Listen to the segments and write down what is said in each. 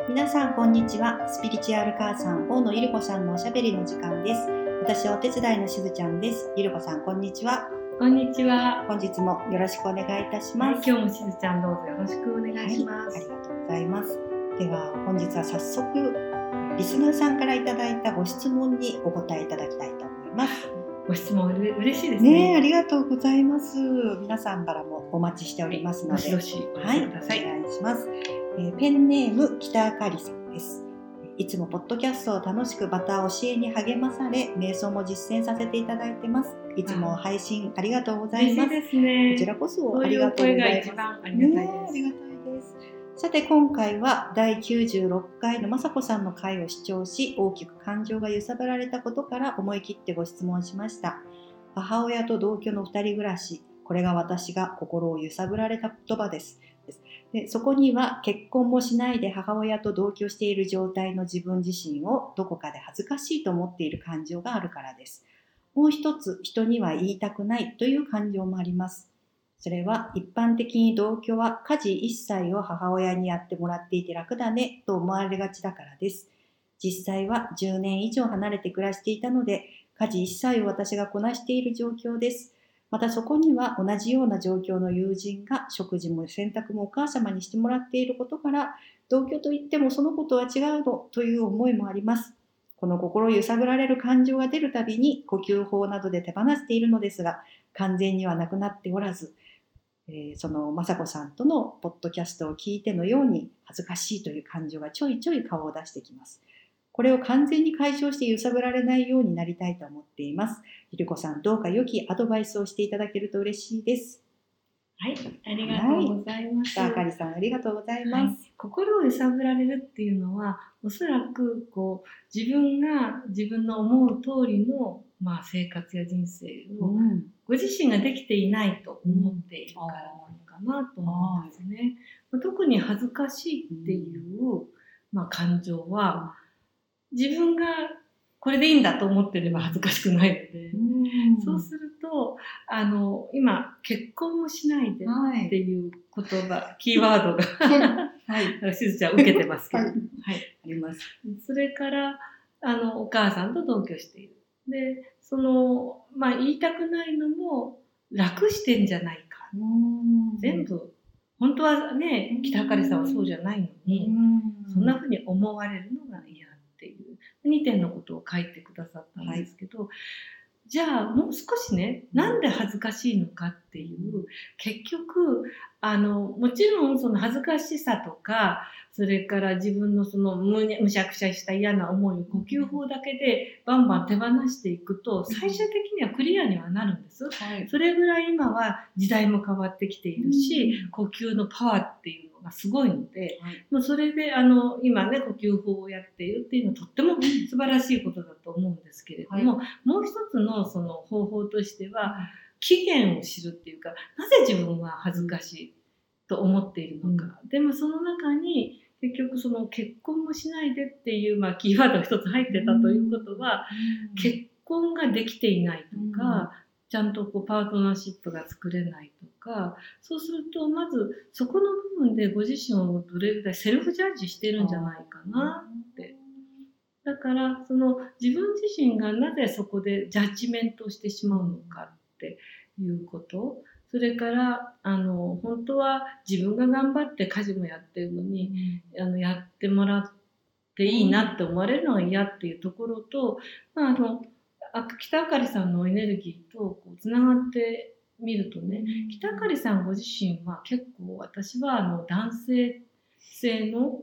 皆さんこんにちは。スピリチュアル母さん大野ゆり子さんのおしゃべりの時間です。私はお手伝いのしずちゃんです。ゆり子さんこんにちは。 こんにちは。 本日もよろしくお願いいたします。 今日もしずちゃんどうぞよろしくお願いします。 ありがとうございます。では本日は早速リスナーさんからいただいたご質問にお答えいただきたいと思います。 ご質問嬉しいですね。 ありがとうございます。皆さんからもお待ちしておりますので、 どしどしお寄せください。 お願いします。ペンネーム北あかりさんです。いつもポッドキャストを楽しくまた教えに励まされ、瞑想も実践させていただいてます。いつも配信ありがとうございます。 嬉しいですね。 こちらこそありがとうございます。 そういう声が一番ありがたいです。 ありがたいです。さて今回は第96回のまさこさんの回を視聴し、大きく感情が揺さぶられたことから思い切ってご質問しました。母親と同居の2人暮らし、これが私が心を揺さぶられた言葉です。でそこには結婚もしないで母親と同居している状態の自分自身をどこかで恥ずかしいと思っている感情があるからです。もう一つ、人には言いたくないという感情もあります。それは一般的に同居は家事一切を母親にやってもらっていて楽だねと思われがちだからです。実際は10年以上離れて暮らしていたので、家事一切を私がこなしている状況です。またそこには同じような状況の友人が食事も洗濯もお母様にしてもらっていることから、同居といってもそのことは違うのという思いもあります。この心を揺さぶられる感情が出るたびに呼吸法などで手放しているのですが、完全にはなくなっておらず、その雅子さんとのポッドキャストを聞いてのように恥ずかしいという感情がちょいちょい顔を出してきます。これを完全に解消して揺さぶられないようになりたいと思っています。ゆりこさん、どうか良きアドバイスをしていただけると嬉しいです。 はい、ありがとうございます。 あかりさん、ありがとうございます。 心を揺さぶられるっていうのは、おそらく自分が自分の思う通りの、生活や人生をご自身ができていないと思っているからなのかなと思うんですね。特に恥ずかしいっていう、感情は自分がこれでいいんだと思ってれば恥ずかしくないので、そうすると今結婚もしないでっていう言葉、キーワードがしずちゃん受けてますけど、あります。それからお母さんと同居している。で言いたくないのも楽してんじゃないか。全部本当はね、北あかりさんはそうじゃないのに、そんな風に思われるのが嫌っていう2点のことを書いてくださったんですけど、じゃあもう少しね、なんで恥ずかしいのかっていう、結局もちろんその恥ずかしさとか、それから自分のそのむしゃくしゃした嫌な思いを呼吸法だけでバンバン手放していくと、最終的にはクリアにはなるんです。それぐらい今は時代も変わってきているし、呼吸のパワーっていうのがすごいので、もうそれで今ね、呼吸法をやっているっていうのはとっても素晴らしいことだと思うんですけれども、もう一つのその方法としては、起源を知るっていうか、なぜ自分は恥ずかしいと思っているのか。でもその中に結局その結婚もしないでっていう、キーワードが一つ入ってたということは、結婚ができていないとか、ちゃんとパートナーシップが作れないとか、そうするとまずそこの部分でご自身をどれぐらいセルフジャッジしてるんじゃないかなって。だからその自分自身がなぜそこでジャッジメントをしてしまうのかっていうこと、それから本当は自分が頑張って家事もやってるのに、やってもらっていいなって思われるのが嫌っていうところと、北あかりさんのエネルギーとつながってみるとね、北あかりさんご自身は結構私は男性性の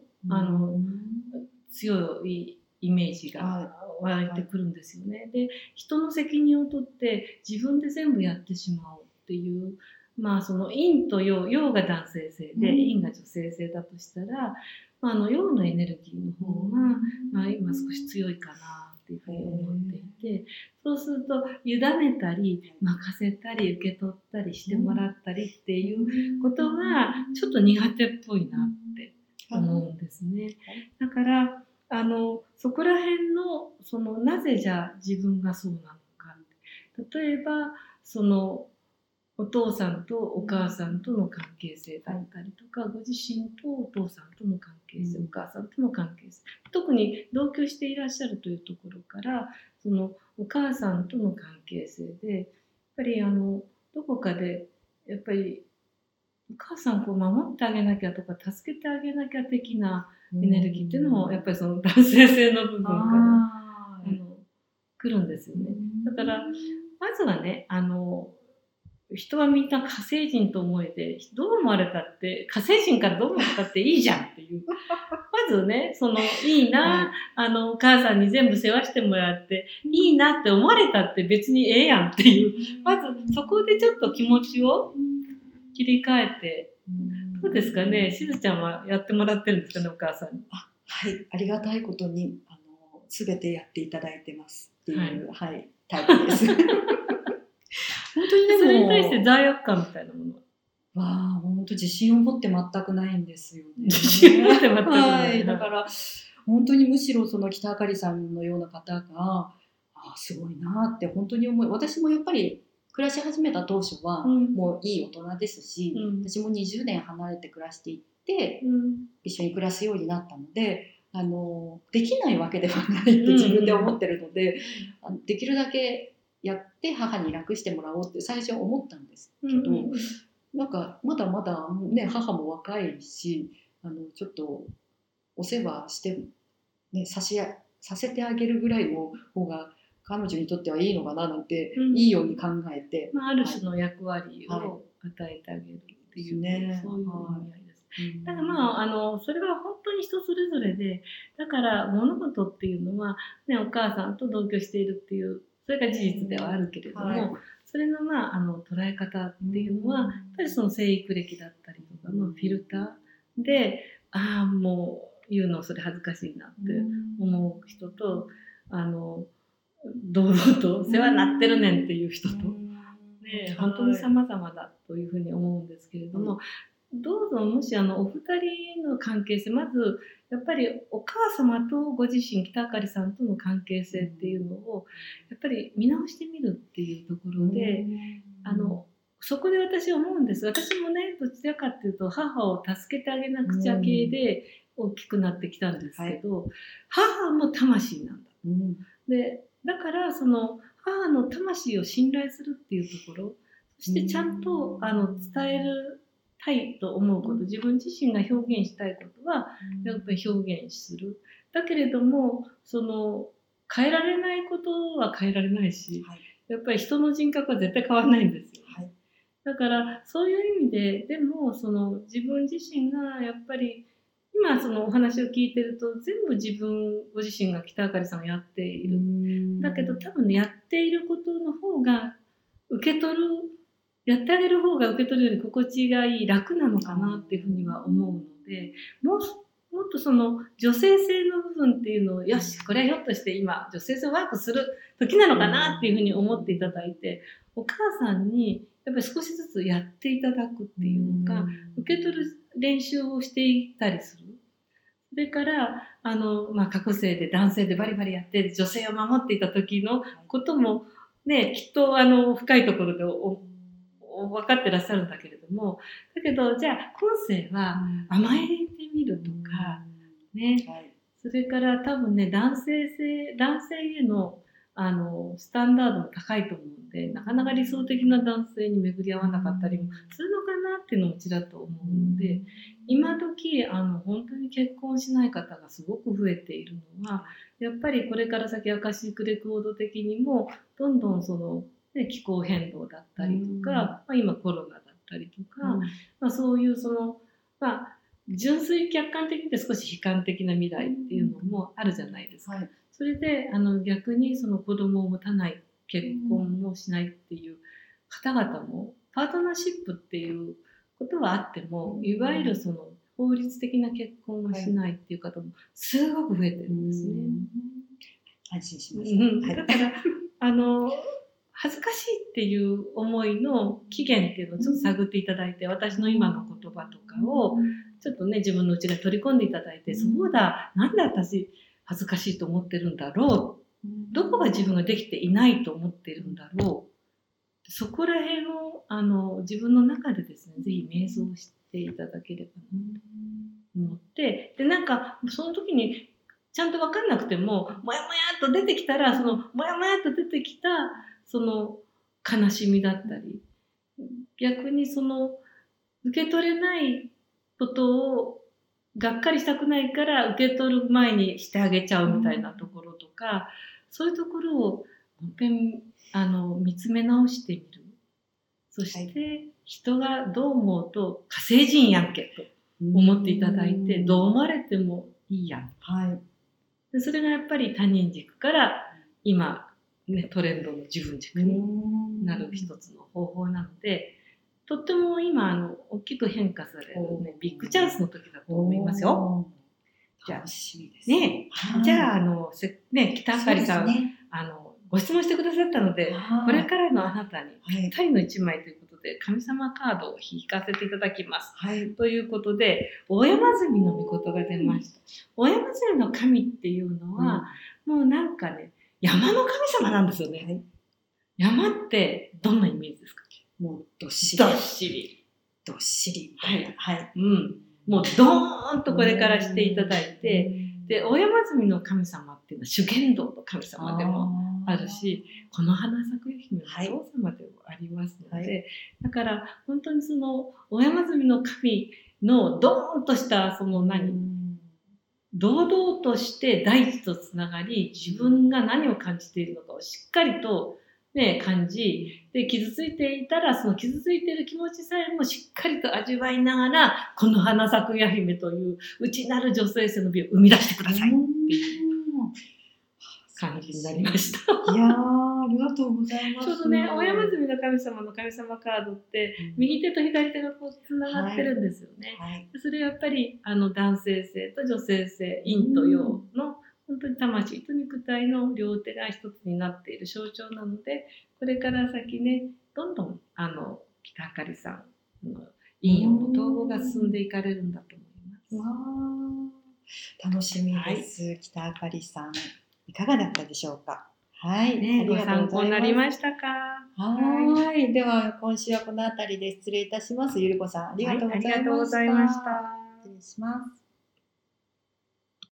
強いイメージが湧いてくるんですよね。で、人の責任を取って自分で全部やってしまおうっていう、その陰と陽、陽が男性性で陰が女性性だとしたら、陽のエネルギーの方が、今少し強いかなっていうふうに思っていて、そうすると委ねたり任せたり受け取ったりしてもらったりっていうことがちょっと苦手っぽいなって思うんですね。だからそこら辺のなぜじゃあ自分がそうなのか、例えばお父さんとお母さんとの関係性だったりとか、ご自身とお父さんとの関係性、お母さんとの関係性、特に同居していらっしゃるというところから、そのお母さんとの関係性で、やっぱりどこかでやっぱりお母さんを守ってあげなきゃとか助けてあげなきゃ的なエネルギーっていうのもやっぱりその男性性の部分から来るんですよね。だからまずはね、人はみんな火星人と思えて、どう思われたって火星人からどう思ったっていいじゃんっていうまずね、いいな、お母さんに全部世話してもらっていいなって思われたって別にええやんっていう、まずそこでちょっと気持ちを切り替えて、どうですかね、しずちゃんはやってもらってるんですかね、お母さんに。 はい、ありがたいことに全てやっていただいてますっていう、はい、タイプです。本当にでもそれに対して罪悪感みたいなものは本当自信を持って全くないんですよね。 自信を持って全くない、 はい、だから本当にむしろその北あかりさんのような方がすごいなって本当に思い、私もやっぱり暮らし始めた当初はもういい大人ですし、私も20年離れて暮らしていって、一緒に暮らすようになったので、できないわけではないって自分で思ってるので、できるだけやって母に楽してもらおうって最初は思ったんですけど、なんかまだまだね、母も若いし、ちょっとお世話して、ね、させてあげるぐらいの方が彼女にとってはいいのかななんて、いいように考えて、 ある種の役割を与えてあげるっていう、ね、そういう意味合いです。だからそれは本当に人それぞれで、だから物事っていうのは、ね、お母さんと同居しているっていう、それが事実ではあるけれども、それの捉え方っていうのは、やっぱりその生育歴だったりとかのフィルターで、もう言うのそれ恥ずかしいなって思う人と、堂々と世話になってるねんっていう人と、ね、本当に様々だというふうに思うんですけれども、どうぞもしお二人の関係性、まずやっぱりお母様とご自身北あかりさんとの関係性っていうのをやっぱり見直してみるっていうところで、そこで私は思うんです。私もね、どちらかっていうと母を助けてあげなくちゃ系で大きくなってきたんですけど、母も魂なんだ。でだからその母の魂を信頼するっていうところ、そしてちゃんと伝えるたいと思うこと、自分自身が表現したいことはやっぱり表現する。だけれども変えられないことは変えられないし、やっぱり人の人格は絶対変わらないんですよ。だからそういう意味で、でも自分自身がやっぱり今お話を聞いてると全部ご自身が北あかりさんをやっている。だけど多分ね、やっていることの方がやってあげる方が受け取るより心地がいい、楽なのかなっていうふうには思うので、もっと女性性の部分っていうのを、よし、これはひょっとして今女性性ワークする時なのかなっていうふうに思っていただいて、お母さんにやっぱり少しずつやっていただくっていうのか、受け取る練習をしていったりする。それから過去性で男性でバリバリやって女性を守っていた時のこともね、きっと深いところで分かってらっしゃるんだけれども、だけどじゃあ今世は甘えてみるとかね、それから多分ね、男性へのスタンダードも高いと思うんで、なかなか理想的な男性に巡り合わなかったりもするのかなっていうのもちらっと思うので、今時本当に結婚しない方がすごく増えているのは、やっぱりこれから先アカシックレコード的にもどんどん気候変動だったりとか、今コロナだったりとか、そういう純粋客観的で少し悲観的な未来っていうのもあるじゃないですか。それで逆に子供を持たない、結婚もしないっていう方々もパートナーシップっていうことはあっても、いわゆる法律的な結婚をしないっていう方もすごく増えてるんですね。 安心しました。 だから恥ずかしいっていう思いの起源っていうのをちょっと探っていただいて、私の今の言葉とかをちょっとね、自分の内側に取り込んでいただいて、そうだ、なんで私恥ずかしいと思ってるんだろう、どこが自分ができていないと思っているんだろうそこら辺を自分の中でですね、ぜひ瞑想していただければなと思って、でなんかその時にちゃんと分かんなくてももやもやっと出てきたら、そのもやもやっと出てきたその悲しみだったり、逆にその受け取れないことをがっかりしたくないから受け取る前にしてあげちゃうみたいなところとか、そういうところをもう一遍見つめ直してみる。そして人がどう思うと火星人やんけと思っていただいて、どう思われてもいいやん。でそれがやっぱり他人軸から今、ね、トレンドの自分軸になる一つの方法なので、とっても今大きく変化される、ね、ビッグチャンスの時だと思いますよ。 楽しみですね。じゃあ北あかりさん、ご質問してくださったので、これからのあなたにぴったりの1枚ということで、神様カードを引かせていただきます。ということで、大山積の御事が出ました。大山積の神っていうのは、もうなんかね、山の神様なんですよね。山ってどんなイメージですか？ もうどっしり。 どっしり。 どっしり。 もうドーンとこれからしていただいて、で、大山積の神様っていうのは修験道の神様でもあるし、この花咲く姫のお父様でもありますので、だから本当にその大山積の神のドーンとしたその堂々として大地とつながり、自分が何を感じているのかをしっかりと感じ、で傷ついていたらその傷ついている気持ちさえもしっかりと味わいながら、この花咲くや姫という内なる女性性の美を生み出してくださいっていう感じになりました。 いやー、ありがとうございます。 ちょうどね、大山積の神様の神様カードって、右手と左手がこうつながってるんですよね。それはやっぱり男性性と女性性、陰と陽の本当に魂と肉体の両手が一つになっている象徴なので、これから先ね、どんどん北あかりさんの陰陽の統合が進んでいかれるんだと思います。 楽しみです。北あかりさん、いかがだったでしょうか？ ご参考になりましたか？ では今週はこのあたりで失礼いたします。ゆりこさん、ありがとうございました。 ありがとうございました。 失礼します。